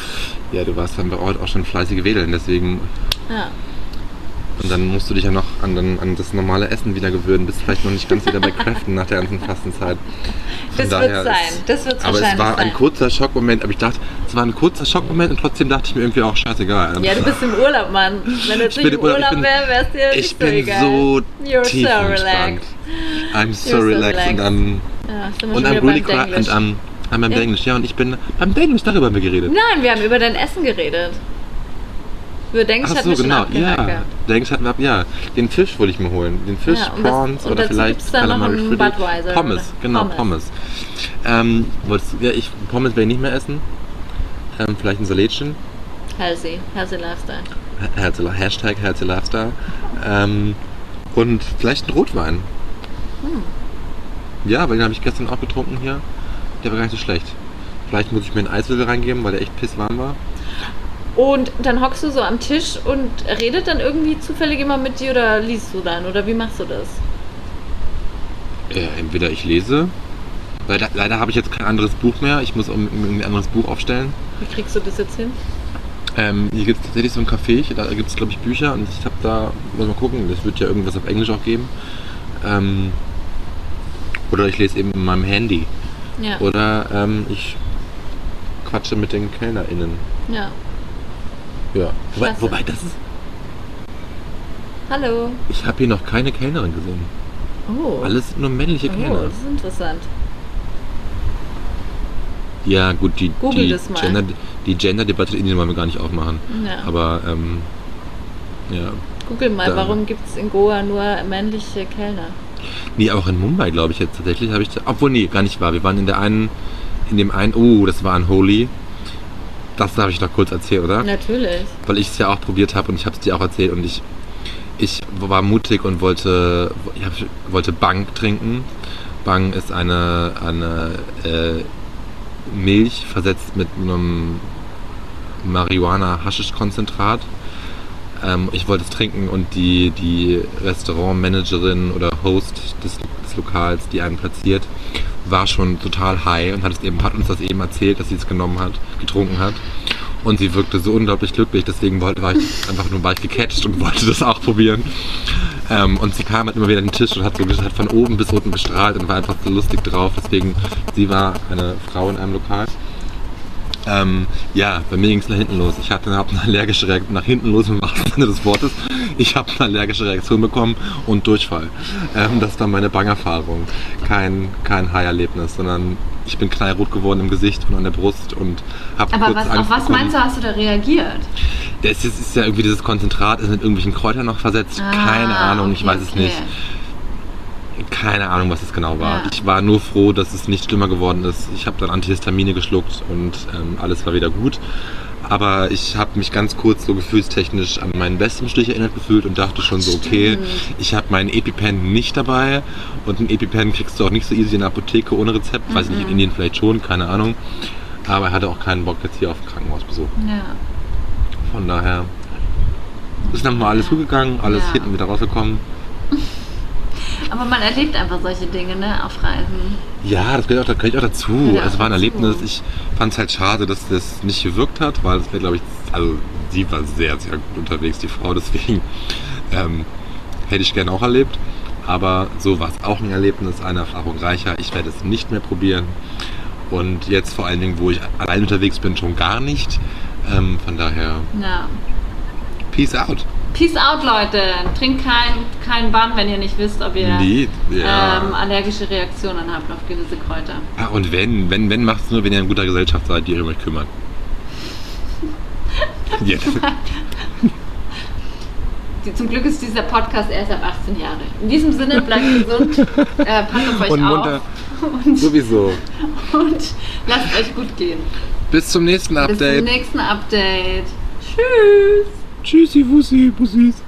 Ja, du warst dann bei Ort auch schon fleißig wählen, deswegen... Ja. Und dann musst du dich ja noch an, den, an das normale Essen wieder gewöhnen, bist vielleicht noch nicht ganz wieder bei Craften nach der ganzen Fastenzeit. Von das wird sein, das wird Aber es war sein. ein kurzer Schockmoment, aber ich dachte, es war ein kurzer Schockmoment und trotzdem dachte ich mir irgendwie auch scheißegal. Ja, du bist im Urlaub, Mann. Wenn du jetzt nicht im Urlaub wärst, wär's dir nicht ich so bin egal. so You're tief so entspannt. relaxed. I'm so, You're so relaxed. relaxed. Und dann... Ja, und I'm really quiet and I'm, I'm beim Englisch. Ja, und ich bin beim Englisch, darüber haben wir geredet. Nein, wir haben über dein Essen geredet. Über Denglisch hatten so, wir schon genau, abgehakt ja. gehabt. Denglisch hatten wir ab, ja. Den Fisch wollte ich mir holen. Den Fisch, ja, Prawns das, oder vielleicht Calamari Fritty. Budweiser, Pommes, oder? genau, Pommes. Pommes. Ähm, wolltest du, ja, ich, Pommes werde ich nicht mehr essen. Ähm, vielleicht ein Salätchen. Healthy, healthy Lifestyle. Healthy, Hashtag Healthy Lifestyle. Ähm, und vielleicht ein Rotwein. Hm. Ja, weil den habe ich gestern auch getrunken hier. Der war gar nicht so schlecht. Vielleicht muss ich mir einen Eiswürfel reingeben, weil der echt pisswarm war. Und dann hockst du so am Tisch und redet dann irgendwie zufällig immer mit dir oder liest du dann? Oder wie machst du das? Ja, entweder ich lese. Leider, leider habe ich jetzt kein anderes Buch mehr. Ich muss ein anderes Buch aufstellen. Wie kriegst du das jetzt hin? Ähm, hier gibt es tatsächlich so ein Café. Da gibt es, glaube ich, Bücher. Und ich habe da, muss mal gucken, das wird ja irgendwas auf Englisch auch geben. Ähm, oder ich lese eben in meinem Handy. Ja. Oder ähm, ich quatsche mit den KellnerInnen. Ja. Ja. Wobei, wobei das ist... Hallo. Ich habe hier noch keine Kellnerin gesehen. Oh. Alles nur männliche Kellner. Oh, das ist interessant. Ja, gut, die, Google die, das mal. Gender, die Gender-Debatte in Indien wollen wir gar nicht aufmachen. Ja. Aber, ähm, ja. Google mal, da, warum gibt es in Goa nur männliche Kellner? Nee, auch in Mumbai, glaube ich jetzt tatsächlich. habe ich da, Obwohl, nee, gar nicht wahr. Wir waren in der einen, in dem einen, oh, das war ein Holy. Das habe ich noch kurz erzählt, oder? Natürlich. Weil ich es ja auch probiert habe und ich habe es dir auch erzählt und ich, ich war mutig und wollte, ich hab, wollte Bang trinken. Bang ist eine, eine äh, Milch versetzt mit einem Marihuana-Haschisch-Konzentrat. Ähm, ich wollte es trinken und die, die Restaurantmanagerin oder Host des, des Lokals, die einen platziert, war schon total high und hat, es eben, hat uns das eben erzählt, dass sie es genommen hat, getrunken hat. Und sie wirkte so unglaublich glücklich, deswegen wollte, war ich einfach nur war ich gecatcht und wollte das auch probieren. Ähm, und sie kam halt immer wieder an den Tisch und hat so hat von oben bis unten bestrahlt und war einfach so lustig drauf. Deswegen, sie war eine Frau in einem Lokal. Ähm, ja, bei mir ging es nach hinten los. Ich hatte hab eine allergische Reaktion, nach hinten los im wahrsten Sinne des Wortes. Ich habe eine allergische Reaktion bekommen und Durchfall. Ähm, das war meine Bangerfahrung. Kein, kein High-Erlebnis, sondern ich bin knallrot geworden im Gesicht und an der Brust und habe kurz was, Angst auf was bekommen. meinst du, hast du da reagiert? Das ist, ist ja irgendwie dieses Konzentrat, ist mit irgendwelchen Kräutern noch versetzt. Ah, Keine Ahnung, ich okay, weiß es okay. nicht. Keine Ahnung, was es genau war. Ja. Ich war nur froh, dass es nicht schlimmer geworden ist. Ich habe dann Antihistamine geschluckt und ähm, alles war wieder gut. Aber ich habe mich ganz kurz so gefühlstechnisch an meinen Wespenstich erinnert gefühlt und dachte schon so, okay, Stimmt. ich habe meinen EpiPen nicht dabei und einen EpiPen kriegst du auch nicht so easy in der Apotheke ohne Rezept. Mhm. Weiß ich nicht, in Indien vielleicht schon, keine Ahnung. Aber er hatte auch keinen Bock jetzt hier auf Krankenhausbesuch. Ja. Von daher ist dann mal alles gut gegangen, alles Ja. hinten wieder rausgekommen. Aber man erlebt einfach solche Dinge, ne, auf Reisen. Ja, das gehört auch, das gehört auch dazu. Gehört Es auch war ein dazu. Erlebnis. Ich fand es halt schade, dass das nicht gewirkt hat, weil es wäre, glaube ich, also sie war sehr, sehr gut unterwegs, die Frau. Deswegen ähm, hätte ich gerne auch erlebt. Aber so war es auch ein Erlebnis, eine Erfahrung reicher. Ich werde es nicht mehr probieren. Und jetzt vor allen Dingen, wo ich allein unterwegs bin, schon gar nicht. Ähm, von daher, Ja. peace out. Peace out, Leute. Trinkt kein, kein Bann, wenn ihr nicht wisst, ob ihr Nee, ja. ähm, allergische Reaktionen habt auf gewisse Kräuter. Ah, und wenn, wenn, wenn, macht es nur, wenn ihr in guter Gesellschaft seid, die ihr um euch kümmert. Jetzt. Die, zum Glück ist dieser Podcast erst ab achtzehn Jahre. In diesem Sinne, bleibt gesund, äh, passt auf euch Und auf munter. und, Sowieso. und lasst euch gut gehen. Bis zum nächsten Bis Update. zum nächsten Update. Tschüss. Tschüssi, Wussi, Bussis.